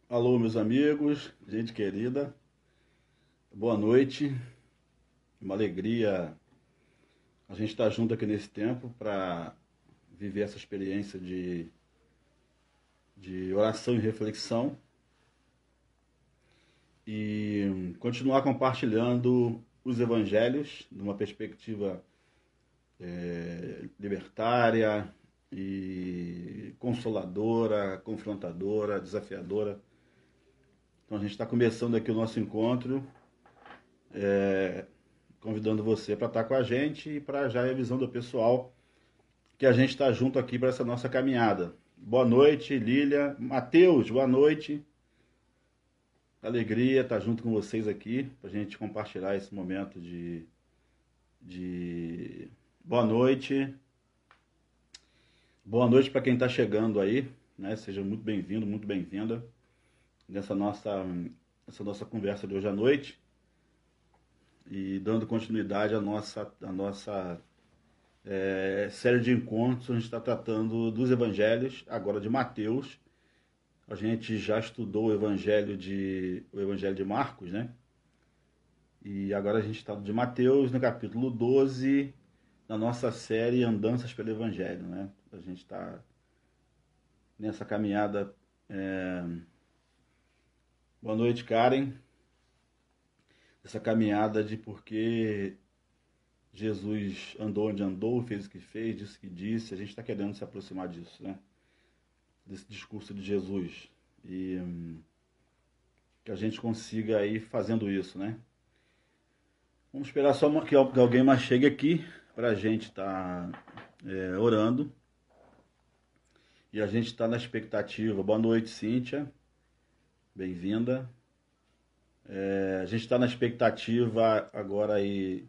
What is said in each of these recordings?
Alô, meus amigos, gente querida, boa noite. Uma alegria a gente estar junto aqui nesse tempo para viver essa experiência de oração e reflexão e continuar compartilhando os evangelhos numa perspectiva libertária e consoladora, confrontadora, desafiadora. Então a gente está começando aqui o nosso encontro, convidando você para estar com a gente e para já ir avisando o pessoal que a gente está junto aqui para essa nossa caminhada. Boa noite, Lília. Matheus, boa noite. Alegria estar junto com vocês aqui para a gente compartilhar esse momento de. Boa noite. Boa noite para quem está chegando aí, né? Seja muito bem-vindo, muito bem-vinda nessa nossa conversa de hoje à noite e dando continuidade à nossa série de encontros. A gente está tratando dos evangelhos, agora de Mateus. A gente já estudou o evangelho de Marcos, né? E agora a gente está de Mateus no capítulo 12, na nossa série Andanças pelo Evangelho, né? A gente está nessa caminhada. Boa noite, Karen. Essa caminhada de porque Jesus andou onde andou, fez o que fez, disse o que disse. A gente está querendo se aproximar disso, né? Desse discurso de Jesus. E que a gente consiga ir fazendo isso, né? Vamos esperar só que alguém mais chegue aqui para a gente estar orando. E a gente está na expectativa. Boa noite, Cíntia. Bem-vinda. A gente está na expectativa agora aí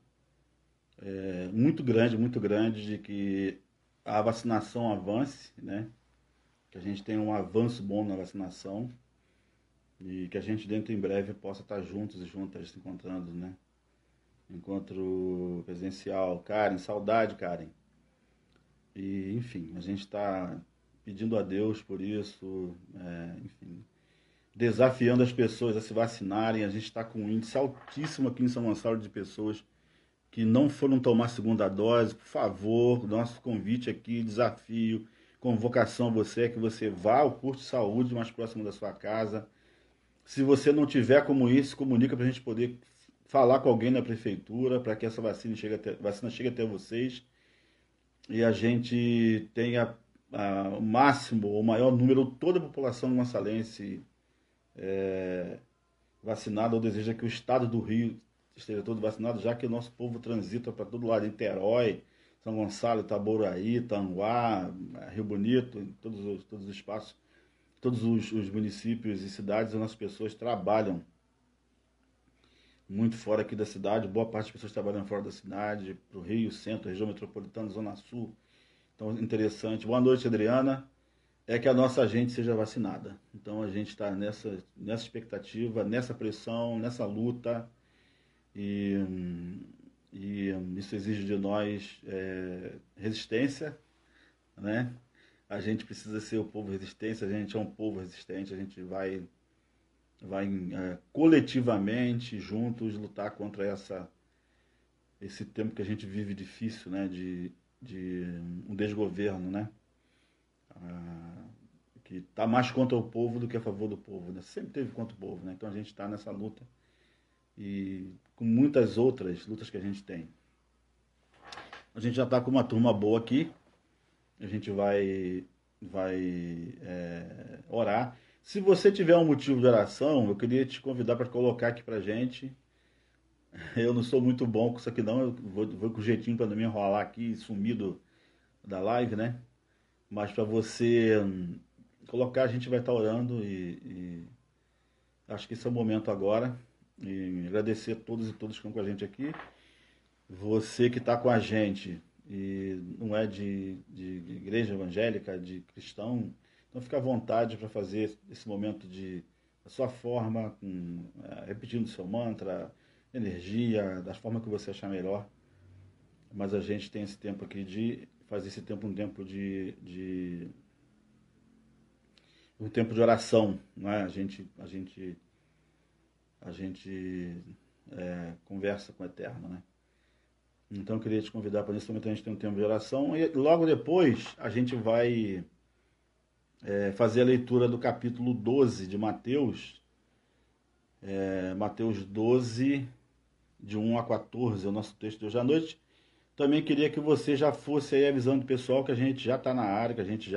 muito grande de que a vacinação avance, né? Que a gente tenha um avanço bom na vacinação e que a gente dentro em breve possa estar juntos e juntas se encontrando, né? Encontro presencial. Karen, saudade, Karen. E, enfim, a gente está pedindo a Deus por isso, enfim, desafiando as pessoas a se vacinarem. A gente está com um índice altíssimo aqui em São Gonçalo de pessoas que não foram tomar a segunda dose. Por favor, nosso convite aqui, desafio, convocação a você é que você vá ao posto de saúde mais próximo da sua casa. Se você não tiver como isso, comunica para a gente poder falar com alguém na prefeitura para que essa vacina chegue até vocês e a gente tenha o máximo, o maior número, toda a população gonçalense vacinada, ou deseja que o estado do Rio esteja todo vacinado, já que o nosso povo transita para todo lado, Niterói, São Gonçalo, Itaboraí, Tanguá, Rio Bonito, em todos os espaços, todos os municípios e cidades, as nossas pessoas trabalham muito fora aqui da cidade, boa parte das pessoas trabalham fora da cidade, para o Rio, Centro, região metropolitana, Zona Sul. Então, interessante. Boa noite, Adriana. É que a nossa gente seja vacinada. Então, a gente está nessa expectativa, nessa pressão, nessa luta. E, e isso exige de nós resistência, né? A gente precisa ser o povo resistência, a gente é um povo resistente, a gente vai coletivamente, juntos, lutar contra esse tempo que a gente vive difícil, né? De um desgoverno, né? Que está mais contra o povo do que a favor do povo, né? Sempre teve contra o povo, né? Então a gente está nessa luta e com muitas outras lutas que a gente tem. A gente já está com uma turma boa aqui, a gente vai orar. Se você tiver um motivo de oração, eu queria te convidar para colocar aqui para gente. Eu não sou muito bom com isso aqui não, eu vou com jeitinho para não me enrolar aqui, sumido da live, né? Mas para você colocar, a gente vai estar orando e acho que esse é o momento agora. E agradecer a todos e todas que estão com a gente aqui. Você que está com a gente e não é de igreja evangélica, de cristão, então fica à vontade para fazer esse momento da sua forma, repetindo o seu mantra, energia, da forma que você achar melhor. Mas a gente tem esse tempo aqui de fazer esse tempo um tempo o tempo de oração, né? A gente conversa com o Eterno, né? Então eu queria te convidar para nesse momento a gente ter um tempo de oração e logo depois a gente vai fazer a leitura do capítulo 12 de Mateus, Mateus 12, de 1 a 14, é o nosso texto de hoje à noite. Também queria que você já fosse aí avisando o pessoal que a gente já está na área, que a gente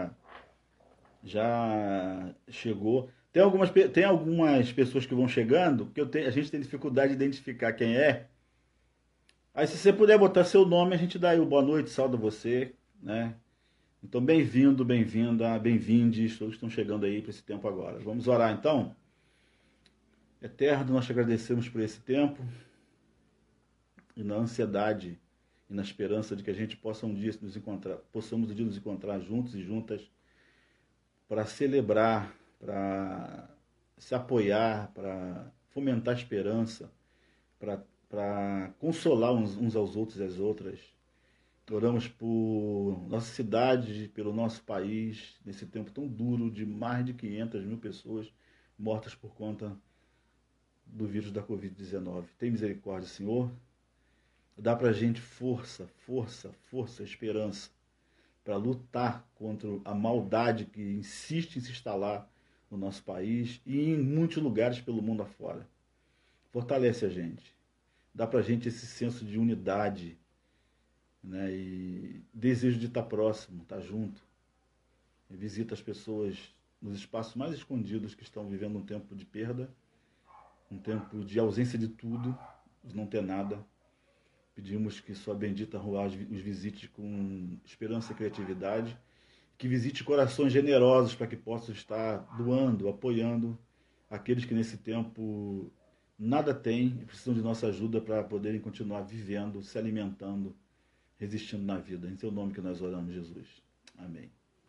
já chegou. Tem algumas pessoas que vão chegando, que a gente tem dificuldade de identificar quem é. Aí se você puder botar seu nome, a gente dá aí o boa noite, salve você, né? Então bem-vindo, bem-vinda, bem-vindes, todos que estão chegando aí para esse tempo agora. Vamos orar então? Eterno, nós te agradecemos por esse tempo e na ansiedade e na esperança de que a gente possa um dia possamos um dia nos encontrar juntos e juntas para celebrar, para se apoiar, para fomentar a esperança, para consolar uns aos outros e às outras. Oramos por nossa cidade, pelo nosso país, nesse tempo tão duro de mais de 500 mil pessoas mortas por conta do vírus da Covid-19. Tem misericórdia, Senhor. Dá para a gente força, esperança, para lutar contra a maldade que insiste em se instalar no nosso país e em muitos lugares pelo mundo afora. Fortalece a gente. Dá para a gente esse senso de unidade, né? E desejo de estar próximo, estar junto. E visita as pessoas nos espaços mais escondidos que estão vivendo um tempo de perda, um tempo de ausência de tudo, de não ter nada. Pedimos que sua bendita Ruá os visite com esperança e criatividade, que visite corações generosos para que possam estar doando, apoiando aqueles que nesse tempo nada têm e precisam de nossa ajuda para poderem continuar vivendo, se alimentando, resistindo na vida. Em seu nome que nós oramos, Jesus. Amém.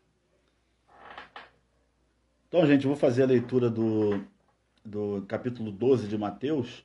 Então, gente, eu vou fazer a leitura do capítulo 12 de Mateus.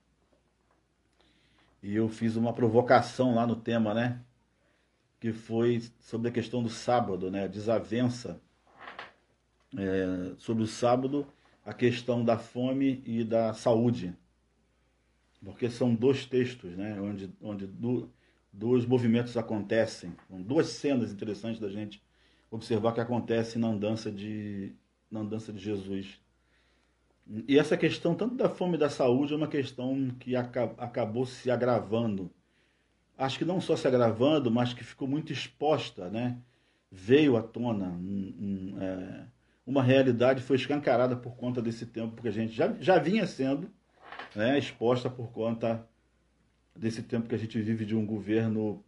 E eu fiz uma provocação lá no tema, né? Que foi sobre a questão do sábado, né? A desavença sobre o sábado, a questão da fome e da saúde. Porque são dois textos, né? Onde dois movimentos acontecem. São duas cenas interessantes da gente observar que acontecem na andança de Jesus. E essa questão, tanto da fome e da saúde, é uma questão que acabou se agravando. Acho que não só se agravando, mas que ficou muito exposta, né? Veio à tona uma realidade, foi escancarada por conta desse tempo, porque a gente já vinha sendo, né, exposta por conta desse tempo que a gente vive de um governo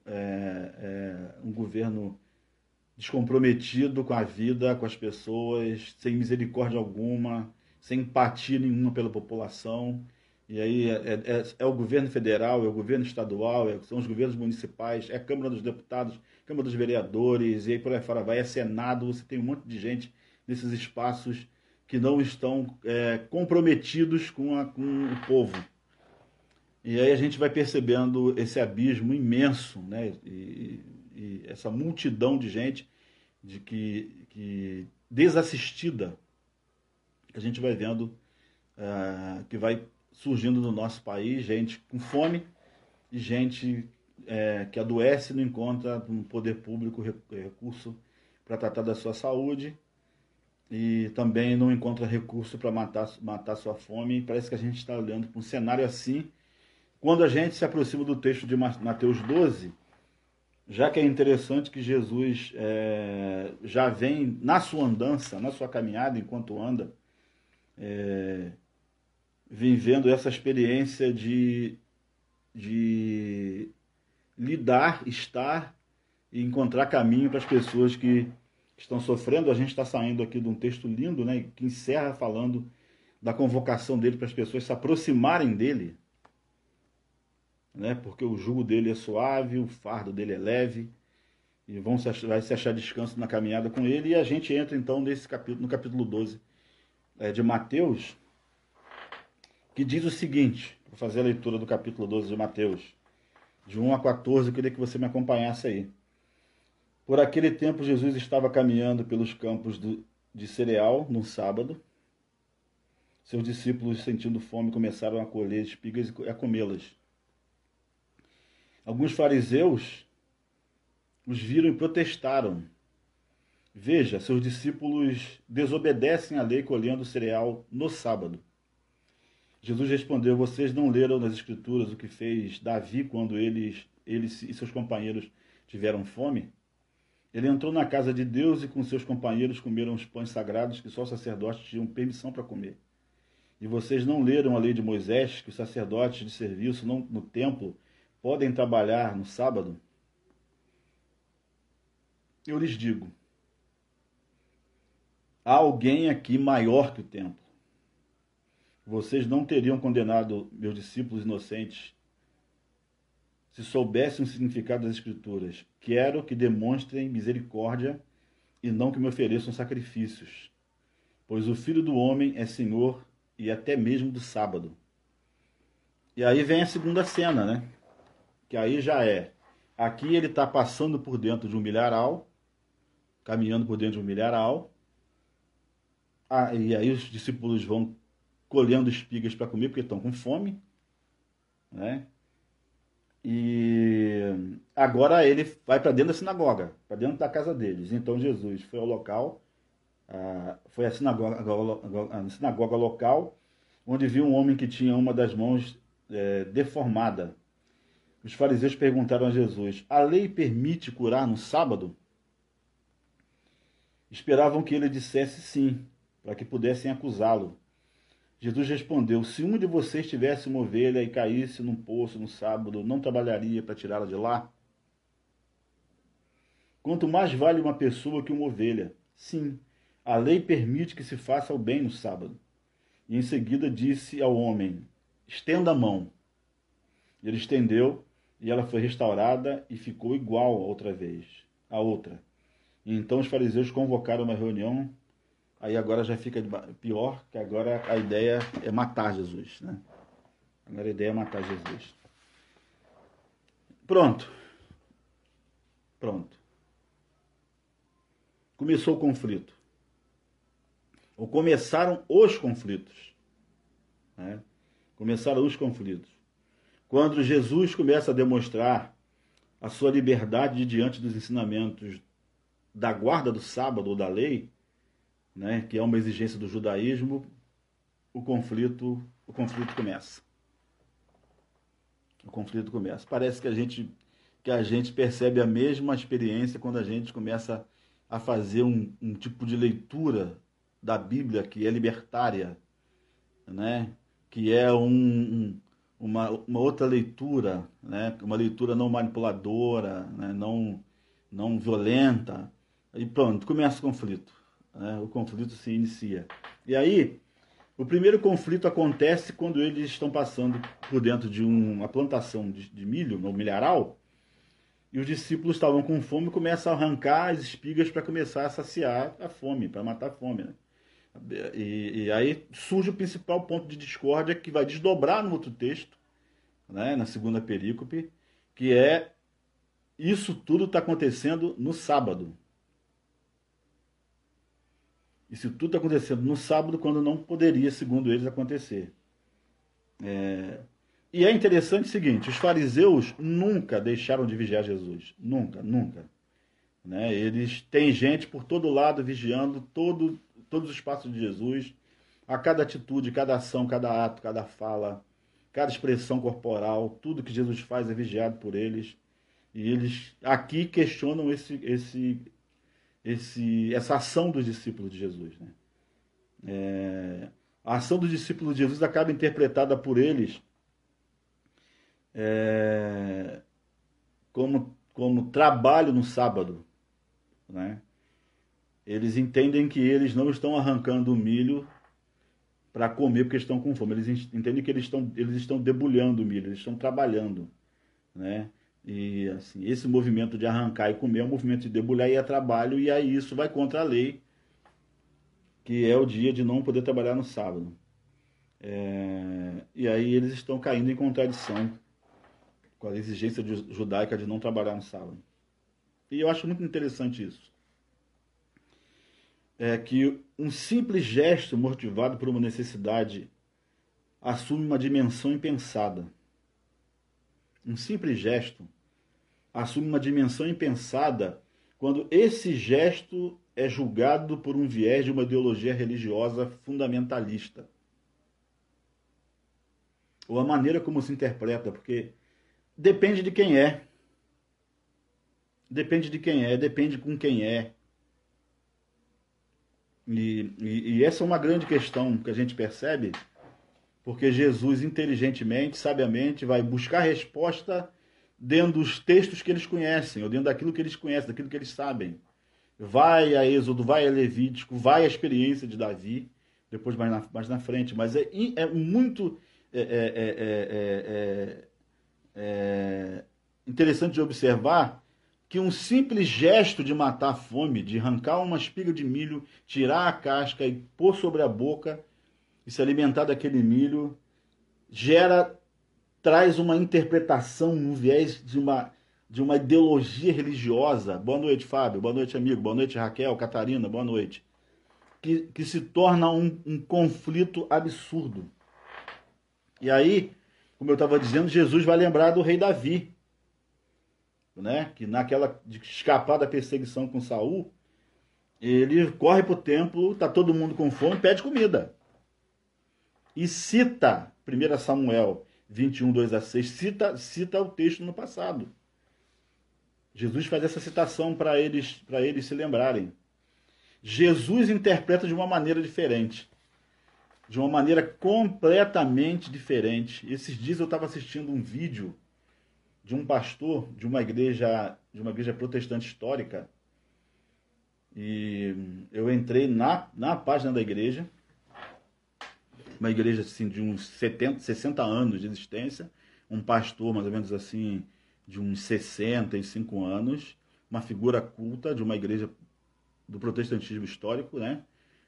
descomprometido com a vida, com as pessoas, sem misericórdia alguma, sem empatia nenhuma pela população. E aí é o governo federal, é o governo estadual, são os governos municipais, é a Câmara dos Deputados, Câmara dos Vereadores, e aí por aí fora vai, é Senado, você tem um monte de gente nesses espaços que não estão comprometidos com o povo. E aí a gente vai percebendo esse abismo imenso, né? E essa multidão de gente que desassistida, a gente vai vendo que vai surgindo no nosso país, gente com fome e gente que adoece e não encontra no poder público recurso para tratar da sua saúde e também não encontra recurso para matar sua fome. E parece que a gente está olhando para um cenário assim quando a gente se aproxima do texto de Mateus 12, já que é interessante que Jesus já vem na sua andança, na sua caminhada, enquanto anda, vivendo essa experiência de lidar, estar e encontrar caminho para as pessoas que estão sofrendo. A gente está saindo aqui de um texto lindo, né, que encerra falando da convocação dele para as pessoas se aproximarem dele, né, porque o jugo dele é suave, o fardo dele é leve, e vai se achar descanso na caminhada com ele. E a gente entra então no capítulo 12 de Mateus, que diz o seguinte. Vou fazer a leitura do capítulo 12 de Mateus, de 1 a 14, eu queria que você me acompanhasse aí. Por aquele tempo Jesus estava caminhando pelos campos de cereal no sábado. Seus discípulos, sentindo fome, começaram a colher espigas e a comê-las. Alguns fariseus os viram e protestaram. Veja, seus discípulos desobedecem à lei colhendo cereal no sábado. Jesus respondeu: vocês não leram nas Escrituras o que fez Davi quando ele e seus companheiros tiveram fome? Ele entrou na casa de Deus e com seus companheiros comeram os pães sagrados que só os sacerdotes tinham permissão para comer. E vocês não leram a lei de Moisés, que os sacerdotes de serviço no templo podem trabalhar no sábado? Eu lhes digo, há alguém aqui maior que o templo. Vocês não teriam condenado meus discípulos inocentes se soubessem o significado das Escrituras. Quero que demonstrem misericórdia e não que me ofereçam sacrifícios, pois o Filho do Homem é Senhor e até mesmo do sábado. E aí vem a segunda cena, né? Que aí já é. Aqui ele está passando por dentro de um milharal, caminhando por dentro de um milharal. E aí os discípulos vão colhendo espigas para comer, porque estão com fome, né? E agora ele vai para dentro da sinagoga, para dentro da casa deles. Então Jesus foi ao local, foi à sinagoga local, onde viu um homem que tinha uma das mãos deformada. Os fariseus perguntaram a Jesus: a lei permite curar no sábado? Esperavam que ele dissesse sim, para que pudessem acusá-lo. Jesus respondeu: se um de vocês tivesse uma ovelha e caísse num poço no sábado, não trabalharia para tirá-la de lá? Quanto mais vale uma pessoa que uma ovelha. Sim, a lei permite que se faça o bem no sábado. E em seguida disse ao homem: estenda a mão. Ele estendeu, e ela foi restaurada e ficou igual a outra vez, a outra. E então os fariseus convocaram uma reunião. Aí agora já fica pior, que agora a ideia é matar Jesus, né? Agora a ideia é matar Jesus. Pronto. Começou o conflito. Ou começaram os conflitos, né? Começaram os conflitos. Quando Jesus começa a demonstrar a sua liberdade diante dos ensinamentos da guarda do sábado ou da lei, né, que é uma exigência do judaísmo, o conflito começa. O conflito começa. Parece que a gente percebe a mesma experiência quando a gente começa a fazer um tipo de leitura da Bíblia que é libertária, né, que é uma outra leitura, né, uma leitura não manipuladora, né, não violenta. E pronto, começa o conflito. O conflito se inicia. E aí, o primeiro conflito acontece quando eles estão passando por dentro de uma plantação de milho, no milharal, e os discípulos estavam com fome e começam a arrancar as espigas para começar a saciar a fome, para matar a fome, né? E aí surge o principal ponto de discórdia que vai desdobrar no outro texto, né, na segunda perícope, que é isso tudo está acontecendo no sábado. Isso tudo está acontecendo no sábado, quando não poderia, segundo eles, acontecer. E é interessante o seguinte: os fariseus nunca deixaram de vigiar Jesus. Nunca, nunca. Né? Eles têm gente por todo lado vigiando todos os passos de Jesus, a cada atitude, cada ação, cada ato, cada fala, cada expressão corporal, tudo que Jesus faz é vigiado por eles. E eles aqui questionam essa ação dos discípulos de Jesus, né? A ação dos discípulos de Jesus acaba interpretada por eles como trabalho no sábado, né? Eles entendem que eles não estão arrancando o milho para comer porque estão com fome. Eles entendem que eles estão debulhando o milho, eles estão trabalhando, né? E assim, esse movimento de arrancar e comer é um movimento de debulhar e é trabalho, e aí isso vai contra a lei, que é o dia de não poder trabalhar no sábado. E aí eles estão caindo em contradição com a exigência judaica de não trabalhar no sábado. E eu acho muito interessante isso. é que um simples gesto motivado por uma necessidade assume uma dimensão impensada. Um simples gesto assume uma dimensão impensada quando esse gesto é julgado por um viés de uma ideologia religiosa fundamentalista. Ou a maneira como se interpreta, porque depende de quem é. Depende de quem é, depende com quem é. E essa é uma grande questão que a gente percebe, porque Jesus inteligentemente, sabiamente, vai buscar resposta dentro dos textos que eles conhecem, ou dentro daquilo que eles conhecem, daquilo que eles sabem. Vai a Êxodo, vai a Levítico, vai a experiência de Davi, depois mais na frente, mas é muito interessante de observar que um simples gesto de matar a fome, de arrancar uma espiga de milho, tirar a casca e pôr sobre a boca e se alimentar daquele milho, traz uma interpretação no viés de uma ideologia religiosa. Boa noite, Fábio. Boa noite, amigo. Boa noite, Raquel, Catarina. Boa noite. Que se torna um conflito absurdo. E aí, como eu estava dizendo, Jesus vai lembrar do rei Davi, né? Que naquela de escapar da perseguição com Saul, ele corre para o templo, tá todo mundo com fome, pede comida. E cita 1 Samuel 21, 2-6, cita o texto no passado. Jesus faz essa citação para eles se lembrarem. Jesus interpreta de uma maneira diferente. De uma maneira completamente diferente. Esses dias eu estava assistindo um vídeo de um pastor de uma igreja protestante histórica. E eu entrei na página da igreja, uma igreja assim, de uns 60 anos de existência, um pastor mais ou menos assim de uns 65 anos, uma figura culta de uma igreja do protestantismo histórico, né?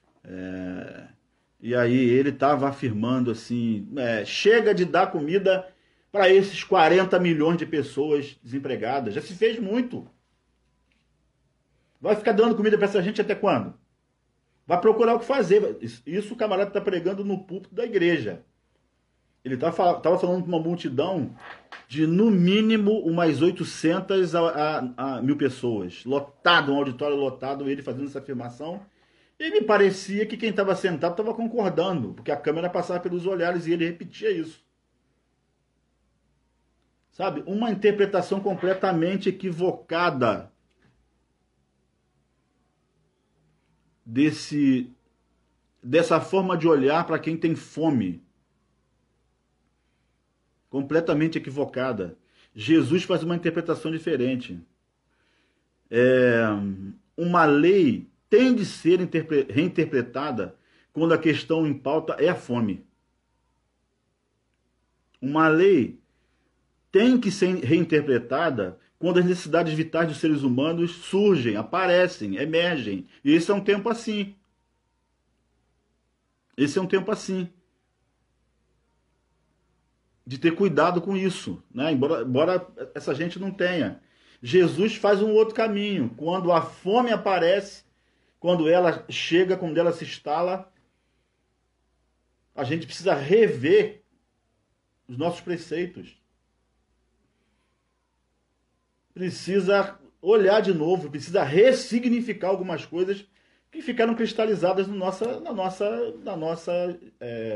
E aí ele estava afirmando assim, chega de dar comida para esses 40 milhões de pessoas desempregadas, já se fez muito. Vai ficar dando comida para essa gente até quando? Vai procurar o que fazer. Isso o camarada está pregando no púlpito da igreja. Ele estava falando para uma multidão de, no mínimo, umas 800 a 1.000 pessoas. Lotado, um auditório lotado, ele fazendo essa afirmação. E me parecia que quem estava sentado estava concordando, porque a câmera passava pelos olhares e ele repetia isso. Sabe? Uma interpretação completamente equivocada dessa forma de olhar para quem tem fome. Completamente equivocada. Jesus faz uma interpretação diferente. Uma lei tem de ser reinterpretada quando a questão em pauta é a fome. Uma lei tem que ser reinterpretada quando as necessidades vitais dos seres humanos surgem, aparecem, emergem. E esse é um tempo assim. Esse é um tempo assim. De ter cuidado com isso, né? Embora essa gente não tenha. Jesus faz um outro caminho. Quando a fome aparece, quando ela chega, quando ela se instala, a gente precisa rever os nossos preceitos. Precisa olhar de novo, precisa ressignificar algumas coisas que ficaram cristalizadas na nossa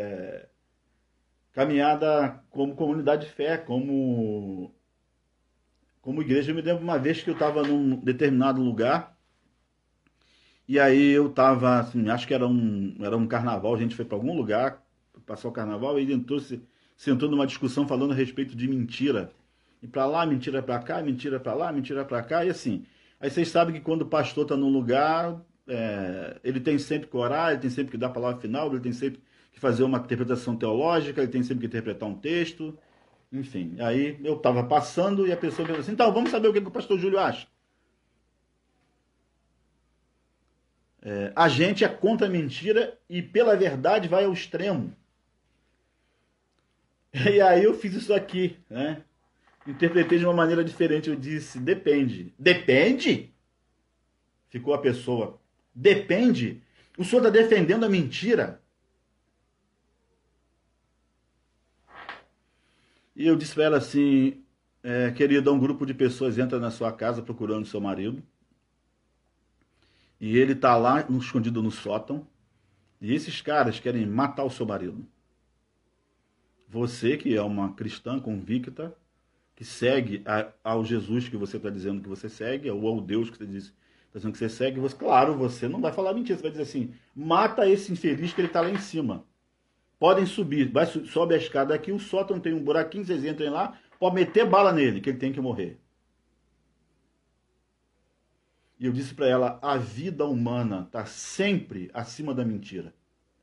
caminhada como comunidade de fé, como igreja. Eu me lembro uma vez que eu estava num determinado lugar, e aí eu estava, assim, acho que era um carnaval, a gente foi para algum lugar, passar o carnaval, e ele sentou numa discussão falando a respeito de mentira. E para lá, mentira para cá, mentira para lá, mentira para cá, e assim. Aí vocês sabem que quando o pastor está num lugar, ele tem sempre que orar, ele tem sempre que dar a palavra final, ele tem sempre que fazer uma interpretação teológica, ele tem sempre que interpretar um texto, enfim. Aí eu estava passando e a pessoa pensou assim, então, vamos saber o que o pastor Júlio acha. A gente é contra a mentira e pela verdade vai ao extremo. E aí eu fiz isso aqui, né? Interpretei de uma maneira diferente, eu disse, depende. Depende? Ficou a pessoa Depende. O senhor está defendendo a mentira. E eu disse para ela assim, querida, um grupo de pessoas entra na sua casa procurando seu marido. E ele está lá escondido no sótão. E esses caras querem matar o seu marido. Você, que é uma cristã convicta, que segue ao Jesus que você está dizendo que você segue, ou ao Deus que você está dizendo que você segue, você, claro, você não vai falar mentira, você vai dizer assim, mata esse infeliz que ele está lá em cima. Podem subir, sobe a escada aqui, o sótão tem um buraquinho, vocês entrem lá, pode meter bala nele, que ele tem que morrer. E eu disse para ela, a vida humana está sempre acima da mentira.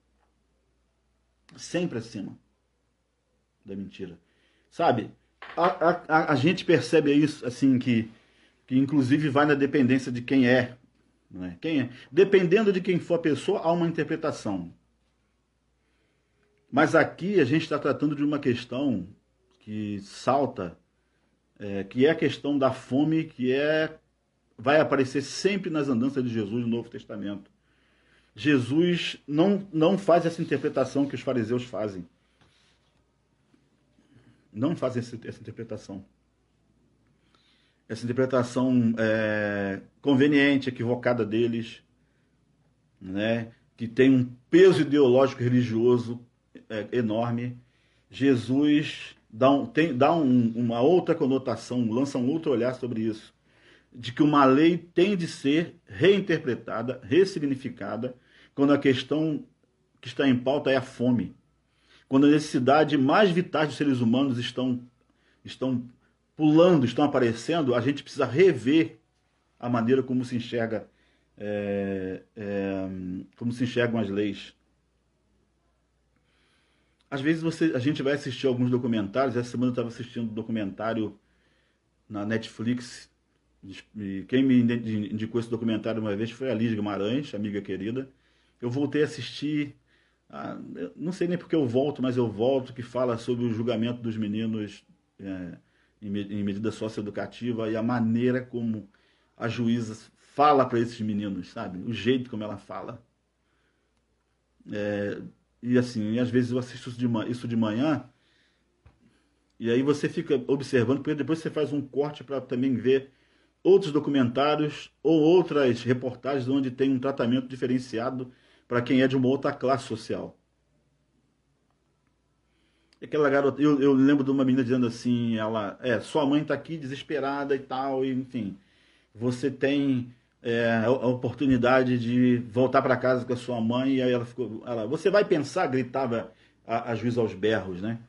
Sempre acima da mentira. Sabe, a gente percebe isso, assim, que inclusive vai na dependência de quem é. Né? Quem é. Dependendo de quem for a pessoa, há uma interpretação. Mas aqui a gente está tratando de uma questão que salta, que é a questão da fome, vai aparecer sempre nas andanças de Jesus no Novo Testamento. Jesus não faz essa interpretação que os fariseus fazem. Não fazem essa interpretação. Essa interpretação conveniente, equivocada deles, né? Que tem um peso ideológico religioso enorme. Jesus dá uma outra conotação, lança um outro olhar sobre isso, de que uma lei tem de ser reinterpretada, ressignificada, quando a questão que está em pauta é a fome. Quando a necessidade mais vitais dos seres humanos estão pulando, estão aparecendo, a gente precisa rever a maneira como se enxerga, como se enxergam as leis. Às vezes a gente vai assistir alguns documentários. Essa semana eu estava assistindo um documentário na Netflix. E quem me indicou esse documentário uma vez foi a Liz Guimarães, amiga querida. Eu voltei a assistir, não sei nem porque eu volto, mas eu volto, que fala sobre o julgamento dos meninos em medida socioeducativa e a maneira como a juíza fala para esses meninos, sabe? O jeito como ela fala. E assim, às vezes eu assisto isso de manhã, e aí você fica observando, porque depois você faz um corte para também ver outros documentários ou outras reportagens onde tem um tratamento diferenciado para quem é de uma outra classe social. Aquela garota, eu lembro de uma menina dizendo assim, sua mãe está aqui desesperada e tal, e, enfim, você tem a oportunidade de voltar para casa com a sua mãe. E aí você vai pensar, gritava a juíza aos berros, né?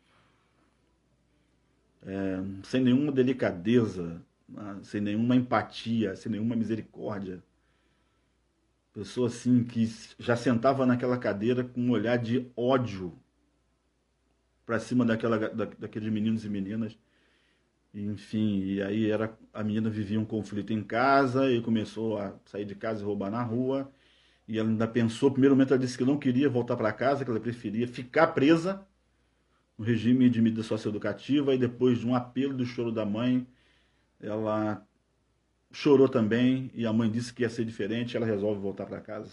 Sem nenhuma delicadeza, sem nenhuma empatia, sem nenhuma misericórdia. Pessoa assim que já sentava naquela cadeira com um olhar de ódio para cima daqueles meninos e meninas. Enfim, e aí a menina vivia um conflito em casa e começou a sair de casa e roubar na rua. E ela ainda pensou, no primeiro momento ela disse que não queria voltar para casa, que ela preferia ficar presa no regime de medida socioeducativa. E depois de um apelo do choro da mãe, ela chorou também e a mãe disse que ia ser diferente, ela resolve voltar para casa.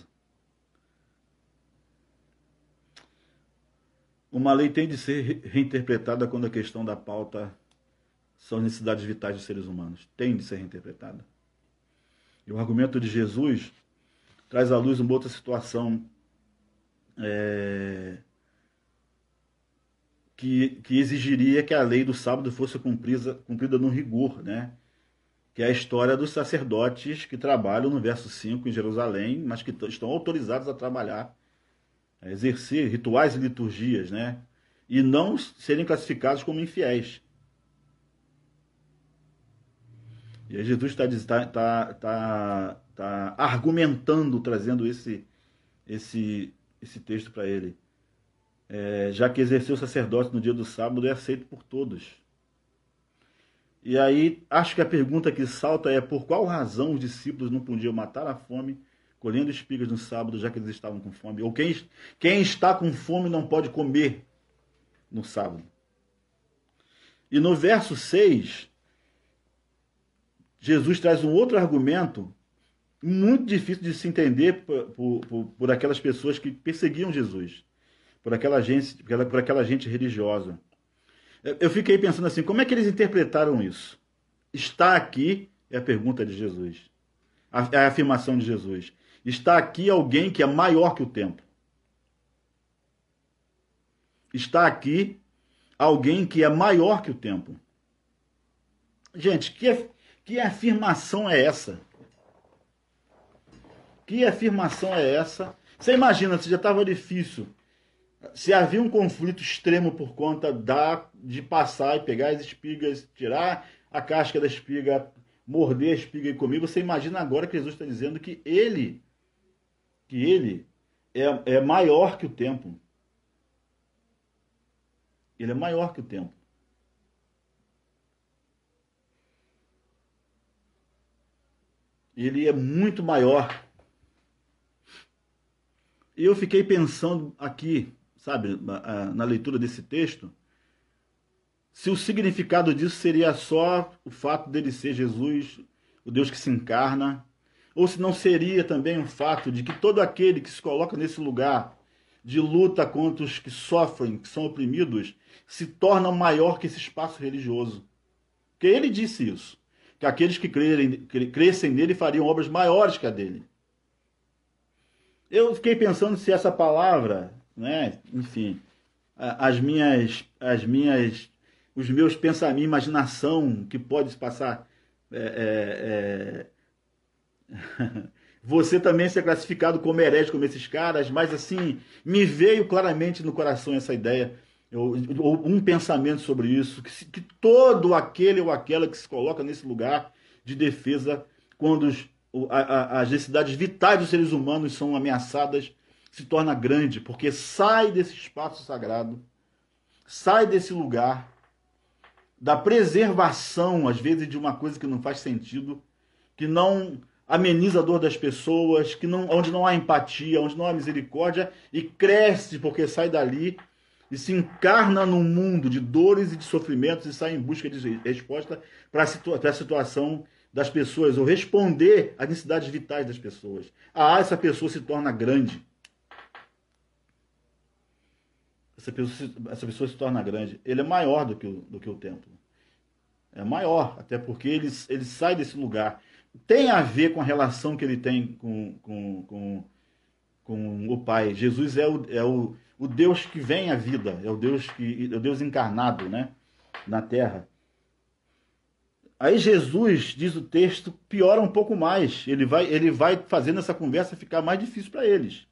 Uma lei tem de ser reinterpretada quando a questão da pauta são necessidades vitais dos seres humanos. Tem de ser reinterpretada. E o argumento de Jesus traz à luz uma outra situação que exigiria que a lei do sábado fosse cumprida no rigor, né? Que é a história dos sacerdotes que trabalham no verso 5 em Jerusalém, mas que estão autorizados a trabalhar, a exercer rituais e liturgias, né? E não serem classificados como infiéis. E aí Jesus está argumentando, trazendo esse texto para ele. Já que exercer o sacerdócio no dia do sábado é aceito por todos. E aí, acho que a pergunta que salta é por qual razão os discípulos não podiam matar a fome colhendo espigas no sábado, já que eles estavam com fome? Ou quem está com fome não pode comer no sábado? E no verso 6, Jesus traz um outro argumento muito difícil de se entender por aquelas pessoas que perseguiam Jesus, por aquela gente religiosa. Eu fiquei pensando assim, como é que eles interpretaram isso? Está aqui, é a pergunta de Jesus, é a afirmação de Jesus. Está aqui alguém que é maior que o templo. Está aqui alguém que é maior que o templo. Gente, que afirmação é essa? Que afirmação é essa? Você imagina, se já estava difícil, se havia um conflito extremo por conta de passar e pegar as espigas, tirar a casca da espiga, morder a espiga e comer, você imagina agora que Jesus está dizendo que ele é maior que o templo. Ele é maior que o templo. Ele é muito maior. E eu fiquei pensando aqui, sabe, na leitura desse texto, se o significado disso seria só o fato dele ser Jesus, o Deus que se encarna, ou se não seria também o fato de que todo aquele que se coloca nesse lugar de luta contra os que sofrem, que são oprimidos, se torna maior que esse espaço religioso. Porque ele disse isso, que aqueles que crescem nele fariam obras maiores que a dele. Eu fiquei pensando se essa palavra, né, enfim, os meus pensamentos, imaginação que pode se passar, você também ser classificado como herege como esses caras, mas assim, me veio claramente no coração essa ideia, ou um pensamento sobre isso, que todo aquele ou aquela que se coloca nesse lugar de defesa, quando as necessidades vitais dos seres humanos são ameaçadas, se torna grande, porque sai desse espaço sagrado, sai desse lugar, da preservação, às vezes, de uma coisa que não faz sentido, que não ameniza a dor das pessoas, onde não há empatia, onde não há misericórdia, e cresce porque sai dali e se encarna num mundo de dores e de sofrimentos e sai em busca de resposta para a situação das pessoas, ou responder às necessidades vitais das pessoas. Essa pessoa se torna grande. Essa pessoa se torna grande. Ele é maior do que o templo. É maior, até porque ele sai desse lugar. Tem a ver com a relação que ele tem com o Pai. Jesus é o Deus que vem à vida, é o Deus encarnado, né, na terra. Aí Jesus, diz o texto, piora um pouco mais. Ele vai fazendo essa conversa ficar mais difícil para eles.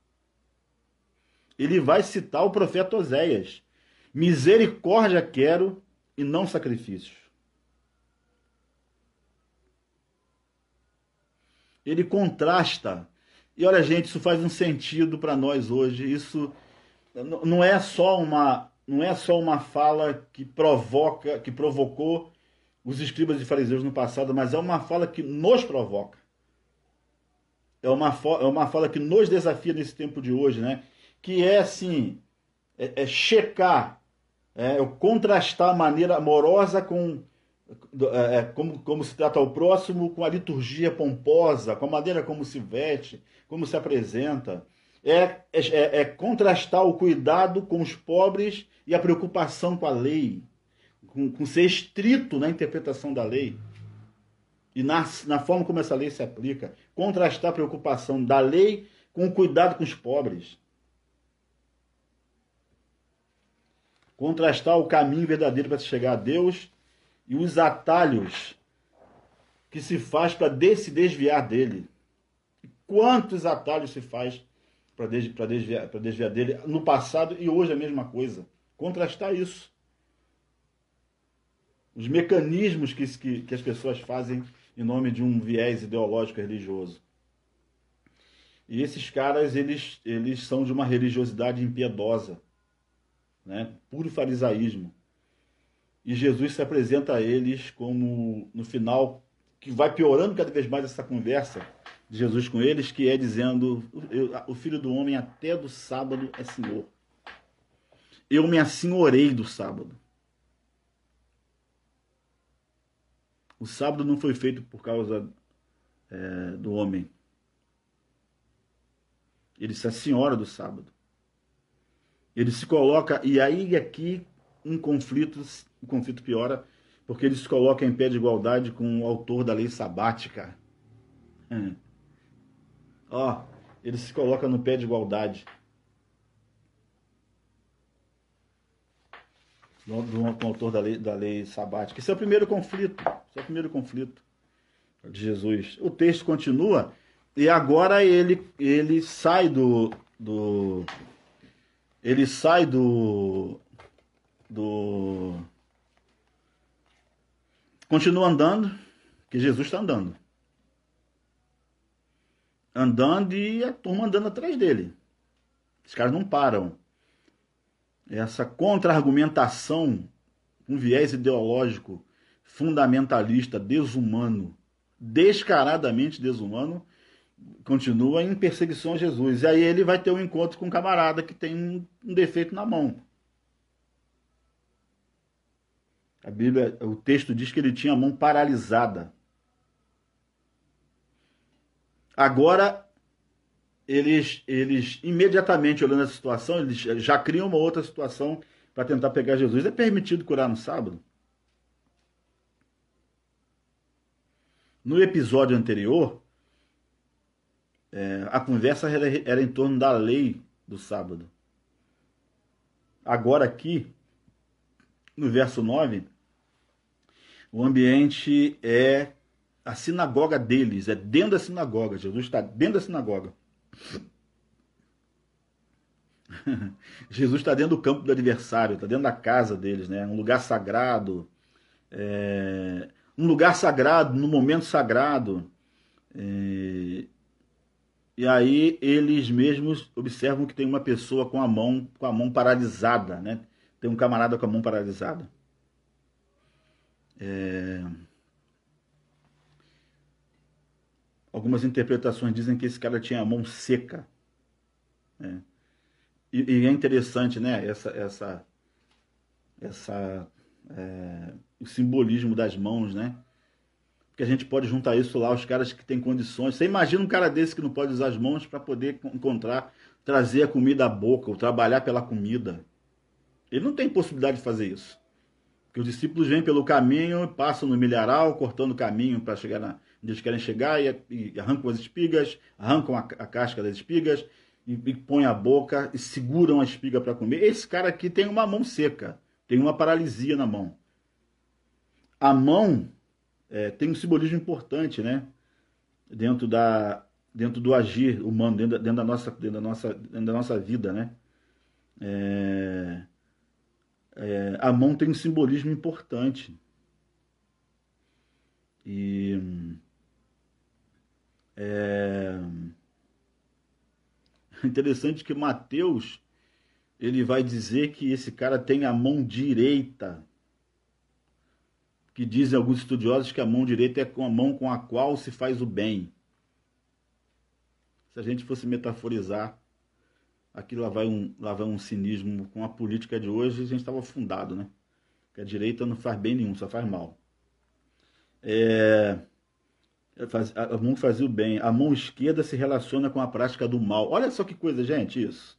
Ele vai citar o profeta Oséias. Misericórdia quero e não sacrifícios. Ele contrasta. E olha, gente, isso faz um sentido para nós hoje. Isso não é só uma fala que provocou os escribas e fariseus no passado, mas é uma fala que nos provoca. É uma fala que nos desafia nesse tempo de hoje, né? Que é assim, checar, contrastar a maneira amorosa como se trata ao próximo, com a liturgia pomposa, com a maneira como se veste, como se apresenta. Contrastar o cuidado com os pobres e a preocupação com a lei, com ser estrito na interpretação da lei e na forma como essa lei se aplica. Contrastar a preocupação da lei com o cuidado com os pobres. Contrastar o caminho verdadeiro para se chegar a Deus e os atalhos que se faz para se desviar dele. Quantos atalhos se faz para desviar dele no passado e hoje a mesma coisa. Contrastar isso. Os mecanismos que as pessoas fazem em nome de um viés ideológico religioso. E esses caras, eles são de uma religiosidade impiedosa, né? Puro farisaísmo. E Jesus se apresenta a eles como, no final, que vai piorando cada vez mais essa conversa de Jesus com eles, que é dizendo: o Filho do Homem até do sábado é Senhor. Eu me assenhorei do sábado. O sábado não foi feito por causa do homem. Ele disse a senhora do sábado. Ele se coloca, e aí aqui um conflito piora, porque ele se coloca em pé de igualdade com o autor da lei sabática. Ó, ele se coloca no pé de igualdade com o autor da lei sabática. Esse é o primeiro conflito. Esse é o primeiro conflito de Jesus. O texto continua, e agora ele sai ele sai continua andando, que Jesus está andando. Andando e a turma andando atrás dele. Os caras não param. Essa contra-argumentação, um viés ideológico, fundamentalista, desumano, descaradamente desumano, continua em perseguição a Jesus. E aí ele vai ter um encontro com um camarada que tem um defeito na mão. A Bíblia, o texto diz que ele tinha a mão paralisada. Agora, eles imediatamente olhando essa situação, eles já criam uma outra situação para tentar pegar Jesus. É permitido curar no sábado? No episódio anterior, a conversa era em torno da lei do sábado. Agora aqui, no verso 9, o ambiente é a sinagoga deles, é dentro da sinagoga. Jesus está dentro da sinagoga. Jesus está dentro do campo do adversário, está dentro da casa deles, né? Um lugar sagrado, um lugar sagrado, no momento sagrado. E aí eles mesmos observam que tem uma pessoa com a mão paralisada, né? Tem um camarada com a mão paralisada. Algumas interpretações dizem que esse cara tinha a mão seca. E é interessante, né? O simbolismo das mãos, né? Porque a gente pode juntar isso lá, os caras que têm condições. Você imagina um cara desse que não pode usar as mãos para poder trazer a comida à boca, ou trabalhar pela comida. Ele não tem possibilidade de fazer isso. Porque os discípulos vêm pelo caminho, passam no milharal, cortando o caminho para chegar onde eles querem chegar, e arrancam as espigas, arrancam a casca das espigas, e põem a boca e seguram a espiga para comer. Esse cara aqui tem uma mão seca, tem uma paralisia na mão. A mão tem um simbolismo importante, né? Dentro do agir humano, dentro da nossa vida, né? A mão tem um simbolismo importante. E interessante que Mateus ele vai dizer que esse cara tem a mão direita, que dizem alguns estudiosos que a mão direita é a mão com a qual se faz o bem. Se a gente fosse metaforizar, aqui lá vai um cinismo com a política de hoje, a gente estava afundado, né? Que a direita não faz bem nenhum, só faz mal. A mão que fazia o bem. A mão esquerda se relaciona com a prática do mal. Olha só que coisa, gente, isso.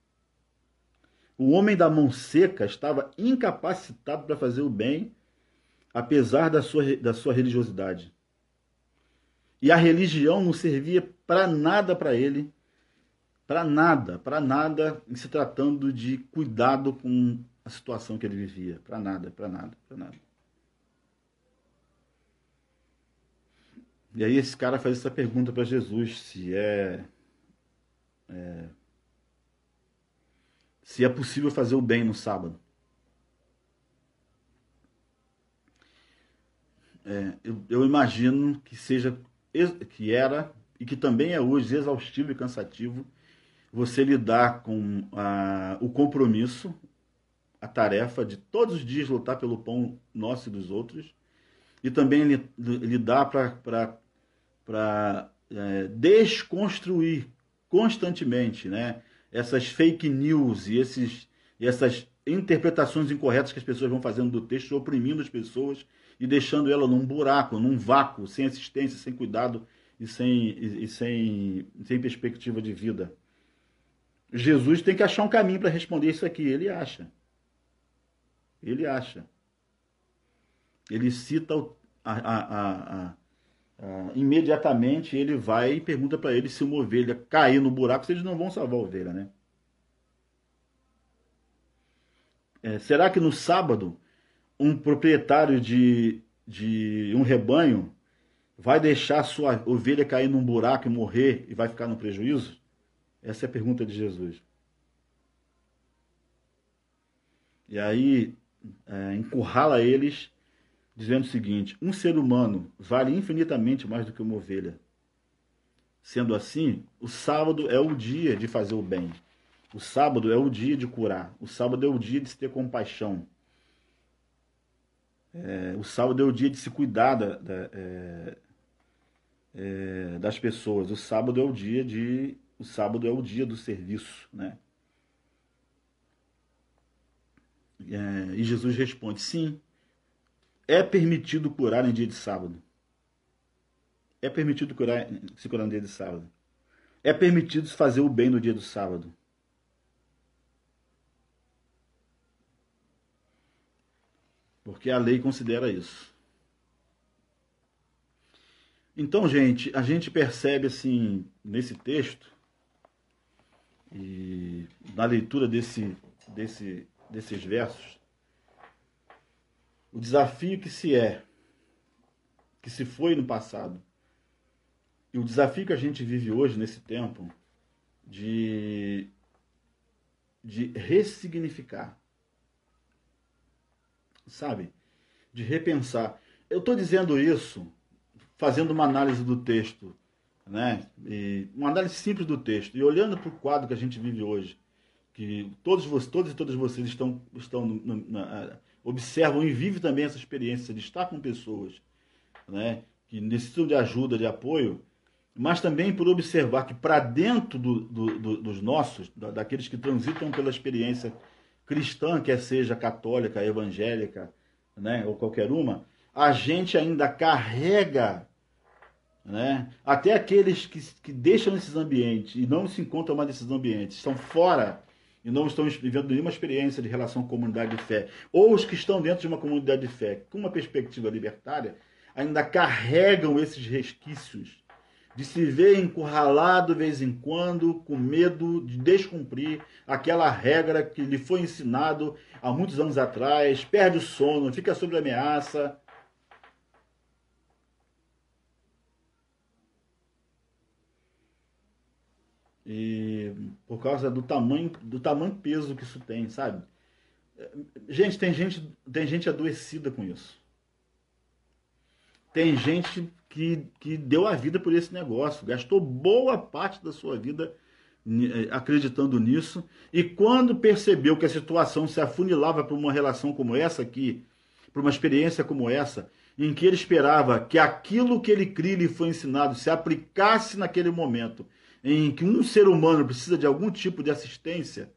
O homem da mão seca estava incapacitado para fazer o bem, apesar da sua religiosidade. E a religião não servia para nada para ele, para nada, em se tratando de cuidado com a situação que ele vivia. Para nada. E aí esse cara faz essa pergunta para Jesus, se é possível fazer o bem no sábado. Eu imagino que era, e que também é hoje exaustivo e cansativo, você lidar com o compromisso, a tarefa de todos os dias lutar pelo pão nosso e dos outros, e também lidar para desconstruir constantemente, né, essas fake news e essas interpretações incorretas que as pessoas vão fazendo do texto, oprimindo as pessoas e deixando ela num buraco, num vácuo, sem assistência, sem cuidado sem perspectiva de vida. Jesus tem que achar um caminho para responder isso aqui. Ele acha. Ele acha. Ele cita imediatamente, ele vai e pergunta para ele se uma ovelha cair no buraco, se eles não vão salvar a ovelha, né? Será que no sábado um proprietário de um rebanho vai deixar a sua ovelha cair num buraco e morrer e vai ficar no prejuízo? Essa é a pergunta de Jesus. E aí encurrala eles dizendo o seguinte: um ser humano vale infinitamente mais do que uma ovelha. Sendo assim, o sábado é o dia de fazer o bem. O sábado é o dia de curar. O sábado é o dia de se ter compaixão. O sábado é o dia de se cuidar das pessoas. O sábado é o dia do serviço, né? E Jesus responde: sim, é permitido curar em dia de sábado. É permitido se curar no dia de sábado. É permitido fazer o bem no dia do sábado. Porque a lei considera isso. Então, gente, a gente percebe assim, nesse texto, e na leitura desses versos, o desafio que se foi no passado, e o desafio que a gente vive hoje, nesse tempo, de ressignificar, sabe? De repensar. Eu estou dizendo isso fazendo uma análise do texto, né? Uma análise simples do texto, e olhando para o quadro que a gente vive hoje, que todos e todas vocês estão observam e vivem também essa experiência de estar com pessoas, né, que necessitam de ajuda, de apoio, mas também por observar que para dentro dos nossos, daqueles que transitam pela experiência cristã, quer seja católica, evangélica, né, ou qualquer uma, a gente ainda carrega, né, até aqueles que deixam esses ambientes e não se encontram mais nesses ambientes, estão fora e não estão vivendo nenhuma experiência de relação com a comunidade de fé, ou os que estão dentro de uma comunidade de fé com uma perspectiva libertária, ainda carregam esses resquícios de se ver encurralado de vez em quando, com medo de descumprir aquela regra que lhe foi ensinado há muitos anos atrás, perde o sono, fica sob ameaça. E por causa do tamanho peso que isso tem, sabe? Gente, tem gente adoecida com isso. Tem gente que deu a vida por esse negócio, gastou boa parte da sua vida acreditando nisso, e quando percebeu que a situação se afunilava para uma relação como essa aqui, para uma experiência como essa, em que ele esperava que aquilo que ele cria e lhe foi ensinado se aplicasse naquele momento, em que um ser humano precisa de algum tipo de assistência,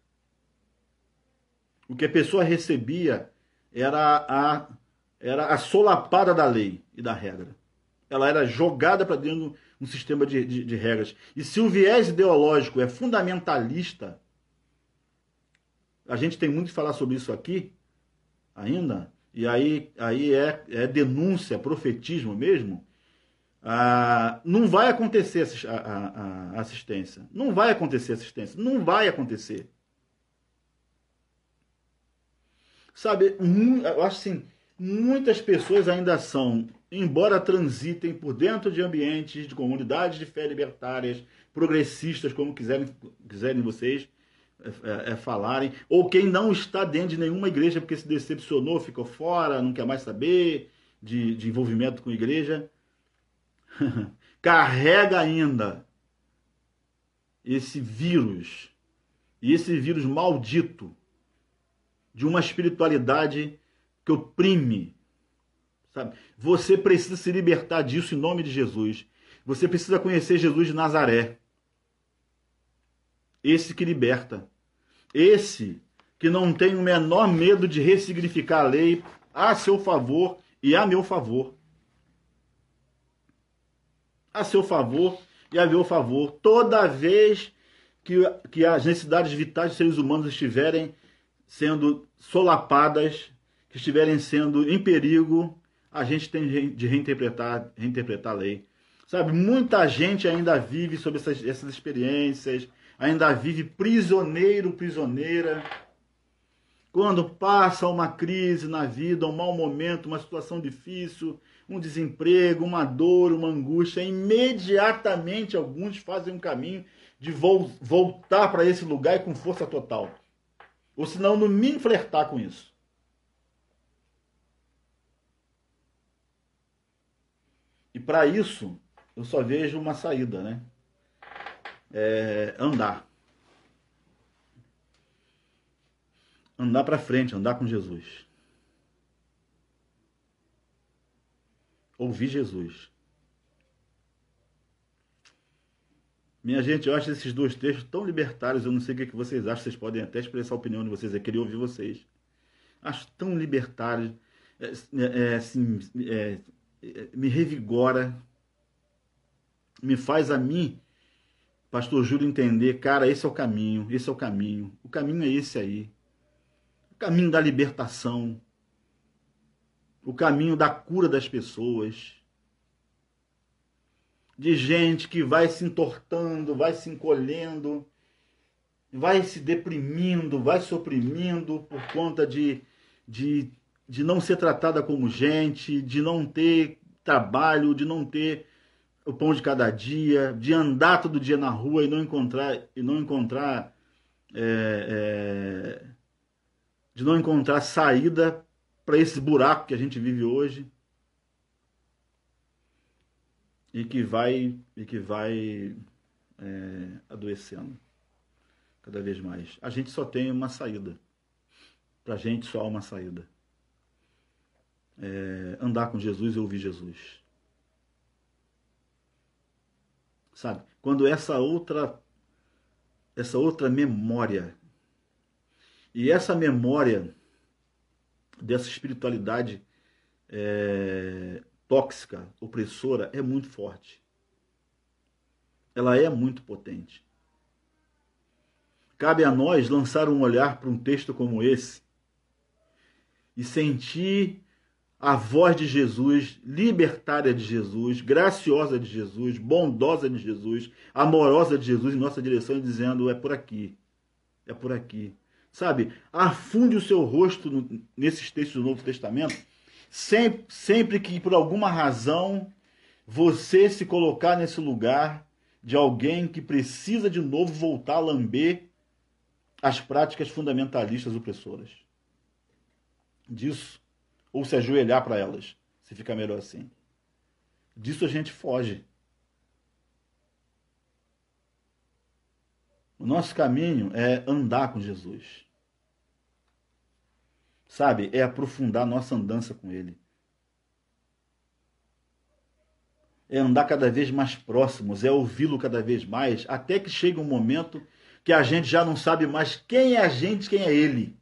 o que a pessoa recebia era a solapada da lei e da regra. Ela era jogada para dentro de um sistema de regras. E se o viés ideológico é fundamentalista, a gente tem muito que falar sobre isso aqui ainda, e aí é denúncia, profetismo mesmo, não vai acontecer a assistência. Não vai acontecer assistência. Não vai acontecer. Sabe, eu acho assim, muitas pessoas ainda são, embora transitem por dentro de ambientes, de comunidades de fé libertárias, progressistas, como quiserem vocês falarem, ou quem não está dentro de nenhuma igreja porque se decepcionou, ficou fora, não quer mais saber de envolvimento com a igreja, carrega ainda esse vírus, e esse vírus maldito de uma espiritualidade que oprime, sabe? Você precisa se libertar disso em nome de Jesus. Você precisa conhecer Jesus de Nazaré. Esse que liberta. Esse que não tem o menor medo de ressignificar a lei a seu favor e a meu favor. a seu favor e a meu favor. Toda vez que as necessidades vitais dos seres humanos estiverem sendo solapadas, que estiverem sendo em perigo, a gente tem de reinterpretar a lei. Sabe, muita gente ainda vive sobre essas experiências, ainda vive prisioneiro, prisioneira. Quando passa uma crise na vida, um mau momento, uma situação difícil, um desemprego, uma dor, uma angústia, imediatamente alguns fazem um caminho de voltar para esse lugar e com força total. Ou senão, no mínimo, flertar com isso. E para isso, eu só vejo uma saída, né? Andar. Andar para frente, andar com Jesus. Ouvir Jesus. Minha gente, eu acho esses dois textos tão libertários, eu não sei o que vocês acham, vocês podem até expressar a opinião de vocês, eu queria ouvir vocês. Acho tão libertários, assim, me revigora, me faz a mim, pastor Júlio, entender, cara, esse é o caminho, o caminho é esse aí, o caminho da libertação, o caminho da cura das pessoas, de gente que vai se entortando, vai se encolhendo, vai se deprimindo, vai se oprimindo por conta de não ser tratada como gente, de não ter trabalho, de não ter o pão de cada dia, de andar todo dia na rua e não encontrar de não encontrar saída para esse buraco que a gente vive hoje e que vai adoecendo cada vez mais. A gente só tem uma saída. Pra gente só há uma saída. Andar com Jesus e ouvir Jesus. Sabe? Quando essa outra memória, e essa memória dessa espiritualidade tóxica, opressora, é muito forte. Ela é muito potente. Cabe a nós lançar um olhar para um texto como esse e sentir a voz de Jesus, libertária de Jesus, graciosa de Jesus, bondosa de Jesus, amorosa de Jesus em nossa direção, dizendo: é por aqui, é por aqui. Sabe, afunde o seu rosto nesses textos do Novo Testamento, sempre que por alguma razão você se colocar nesse lugar de alguém que precisa de novo voltar a lamber as práticas fundamentalistas opressoras. Disso, ou se ajoelhar para elas, se fica melhor assim. Disso a gente foge. O nosso caminho é andar com Jesus. Sabe? É aprofundar nossa andança com Ele. É andar cada vez mais próximos, é ouvi-lo cada vez mais, até que chegue um momento que a gente já não sabe mais quem é a gente, quem é Ele.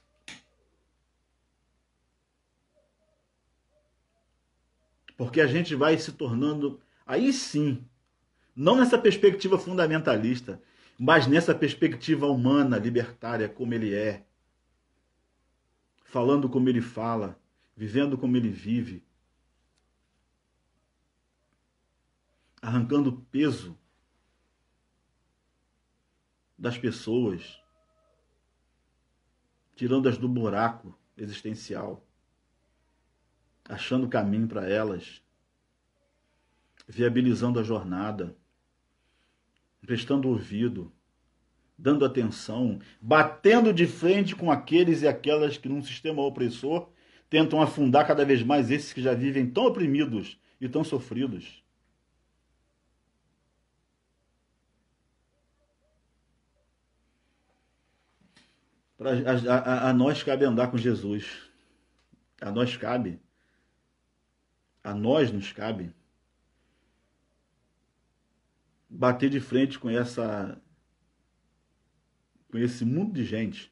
Porque a gente vai se tornando, aí sim, não nessa perspectiva fundamentalista, mas nessa perspectiva humana, libertária, como Ele é. Falando como Ele fala, vivendo como Ele vive. Arrancando o peso das pessoas, tirando-as do buraco existencial, achando caminho para elas, viabilizando a jornada, prestando ouvido, dando atenção, batendo de frente com aqueles e aquelas que num sistema opressor tentam afundar cada vez mais esses que já vivem tão oprimidos e tão sofridos. A nós cabe andar com Jesus. A nós nos cabe bater de frente com esse mundo de gente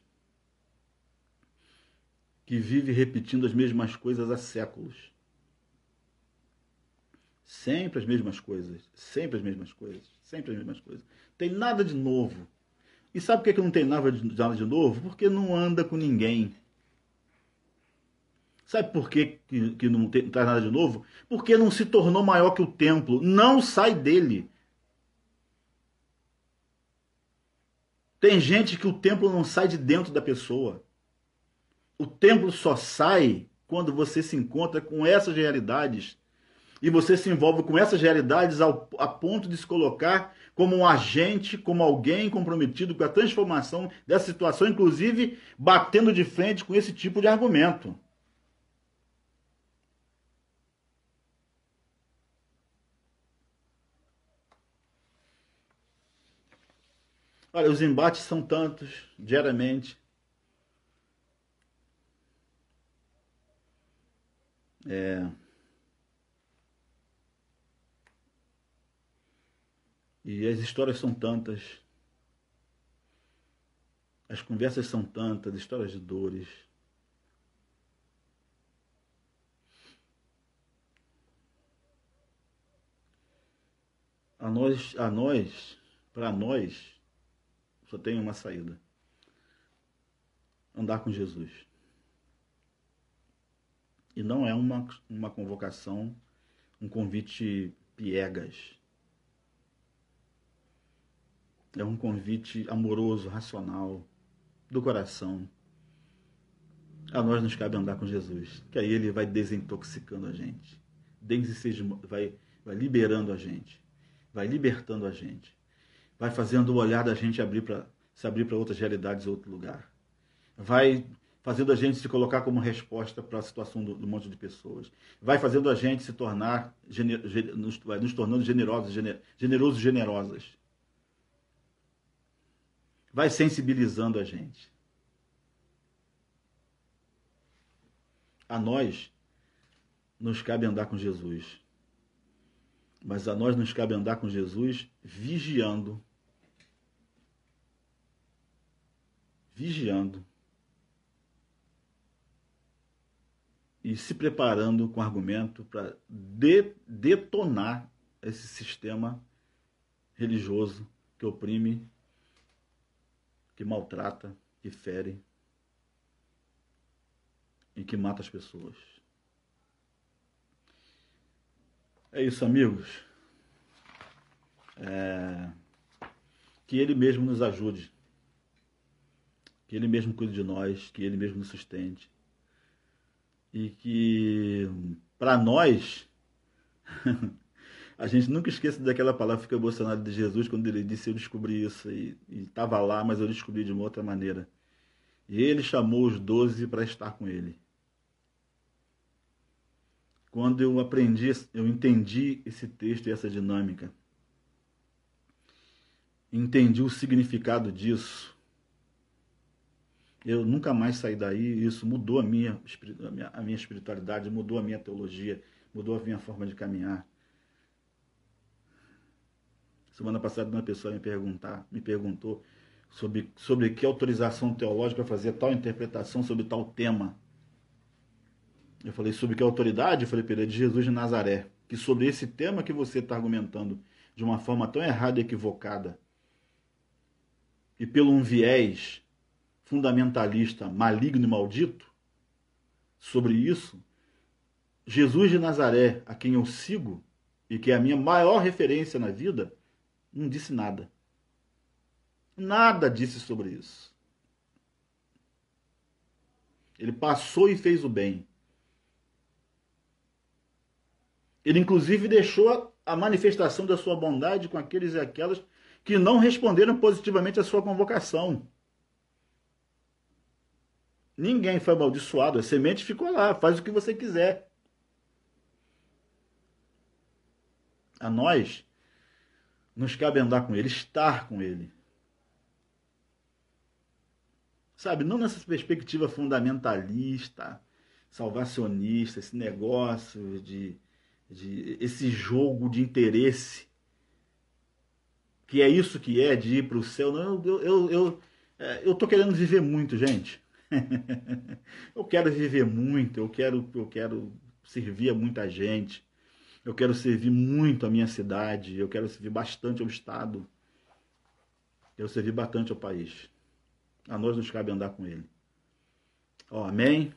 que vive repetindo as mesmas coisas há séculos. Sempre as mesmas coisas, sempre as mesmas coisas, sempre as mesmas coisas. Tem nada de novo. E sabe por que não tem nada de novo? Porque não anda com ninguém. Sabe por que não traz nada de novo? Porque não se tornou maior que o templo. Não sai dele. Tem gente que o templo não sai de dentro da pessoa. O templo só sai quando você se encontra com essas realidades e você se envolve com essas realidades a ponto de se colocar como um agente, como alguém comprometido com a transformação dessa situação, inclusive batendo de frente com esse tipo de argumento. Olha, os embates são tantos, diariamente. É, e as histórias são tantas, as conversas são tantas, histórias de dores. Para nós, só tem uma saída: andar com Jesus. E não é uma convocação, um convite piegas. É um convite amoroso, racional, do coração. A nós nos cabe andar com Jesus, que aí ele vai desintoxicando a gente, vai liberando a gente, vai libertando a gente, vai fazendo o olhar da gente se abrir para outras realidades, outro lugar, vai fazendo a gente se colocar como resposta para a situação do monte de pessoas, vai fazendo a gente se tornar, nos tornando generosos e generosas, vai sensibilizando a gente. A nós nos cabe andar com Jesus. Mas a nós nos cabe andar com Jesus vigiando. Vigiando. E se preparando com argumento para detonar esse sistema religioso que oprime, que maltrata, que fere e que mata as pessoas. É isso, amigos. Que Ele mesmo nos ajude. Que Ele mesmo cuide de nós. Que Ele mesmo nos sustente. E que, para nós, a gente nunca esqueça daquela palavra, fica emocionado de Jesus, quando Ele disse: eu descobri isso. E estava lá, mas eu descobri de uma outra maneira. E Ele chamou os 12 para estar com Ele. Quando eu entendi esse texto e essa dinâmica, entendi o significado disso, eu nunca mais saí daí. Isso mudou a minha espiritualidade, mudou a minha teologia, mudou a minha forma de caminhar. Semana passada uma pessoa me perguntou sobre que autorização teológica fazer tal interpretação sobre tal tema. Eu falei: sobre que autoridade? Eu falei para ele: de Jesus de Nazaré. Que sobre esse tema que você está argumentando de uma forma tão errada e equivocada, e pelo um viés fundamentalista, maligno e maldito, sobre isso, Jesus de Nazaré, a quem eu sigo, e que é a minha maior referência na vida, não disse nada. Nada disse sobre isso. Ele passou e fez o bem. Ele, inclusive, deixou a manifestação da sua bondade com aqueles e aquelas que não responderam positivamente à sua convocação. Ninguém foi amaldiçoado, a semente ficou lá, faz o que você quiser. A nós nos cabe andar com Ele, estar com Ele. Sabe, não nessa perspectiva fundamentalista, salvacionista, esse negócio de esse jogo de interesse, que é isso que é de ir para o céu. Não, eu tô querendo viver muito, gente. Eu quero viver muito, eu quero servir a muita gente, Eu quero servir muito a minha cidade, eu quero servir bastante ao Estado, quero servir bastante ao país. A nós nos cabe andar com ele. Ó, amém?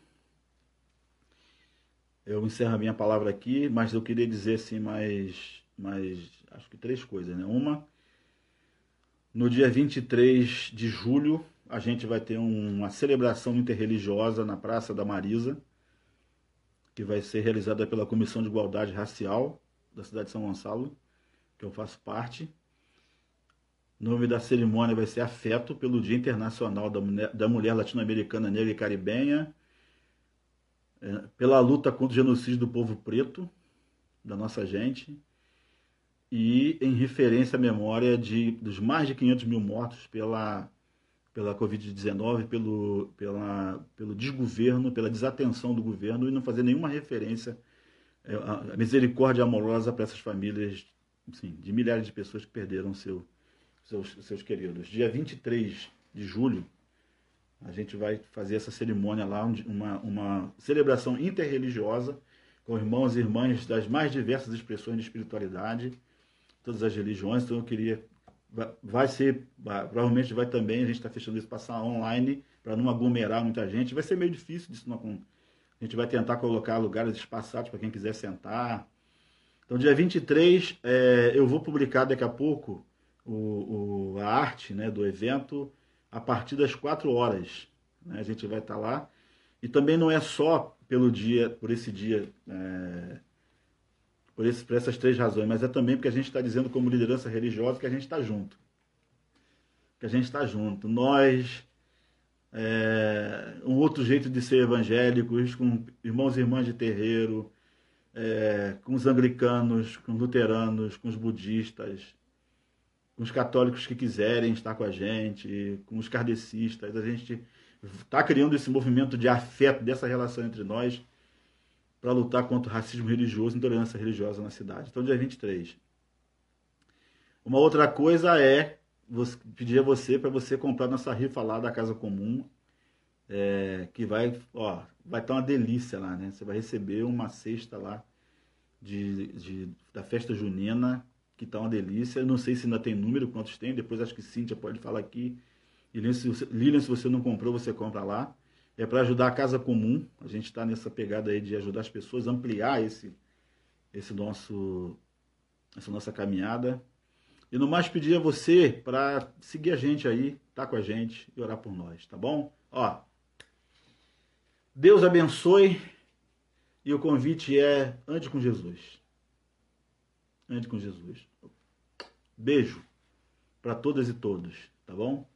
Eu encerro a minha palavra aqui, mas eu queria dizer assim acho que 3 coisas, né? Uma, no dia 23 de julho, a gente vai ter uma celebração interreligiosa na Praça da Marisa, que vai ser realizada pela Comissão de Igualdade Racial da cidade de São Gonçalo, que eu faço parte. O nome da cerimônia vai ser Afeto pelo Dia Internacional da Mulher Latino-Americana, Negra e Caribenha, pela luta contra o genocídio do povo preto, da nossa gente, e em referência à memória dos mais de 500 mil mortos pela Covid-19, pelo desgoverno, pela desatenção do governo e não fazer nenhuma referência à misericórdia amorosa para essas famílias, assim, de milhares de pessoas que perderam seus queridos. Dia 23 de julho, a gente vai fazer essa cerimônia lá, uma celebração interreligiosa com irmãos e irmãs das mais diversas expressões de espiritualidade, todas as religiões. Então eu queria, provavelmente vai também, a gente está fechando isso, passar online, para não aglomerar muita gente. Vai ser meio difícil disso não. A gente vai tentar colocar lugares espaçados para quem quiser sentar. Então, dia 23, eu vou publicar daqui a pouco a arte, né, do evento a partir das 4 horas. Né, a gente vai estar lá. E também não é só por esse dia, por essas 3 razões, mas é também porque a gente está dizendo como liderança religiosa que a gente está junto. Que a gente está junto. Nós, um outro jeito de ser evangélicos, com irmãos e irmãs de terreiro, com os anglicanos, com os luteranos, com os budistas, com os católicos que quiserem estar com a gente, com os kardecistas. A gente está criando esse movimento de afeto, dessa relação entre nós, para lutar contra o racismo religioso e intolerância religiosa na cidade. Então, dia 23. Uma outra coisa é pedir a você para você comprar nossa rifa lá da Casa Comum, que vai estar uma delícia lá, né? Você vai receber uma cesta lá da festa junina, que está uma delícia. Eu não sei se ainda tem número, quantos tem, depois acho que Cíntia pode falar aqui. E Lilian, se você não comprou, você compra lá. É para ajudar a Casa Comum. A gente está nessa pegada aí de ajudar as pessoas, ampliar essa nossa caminhada. E no mais pedir a você para seguir a gente aí, tá com a gente e orar por nós, tá bom? Ó, Deus abençoe, e o convite é: ande com Jesus. Ande com Jesus. Beijo para todas e todos, tá bom?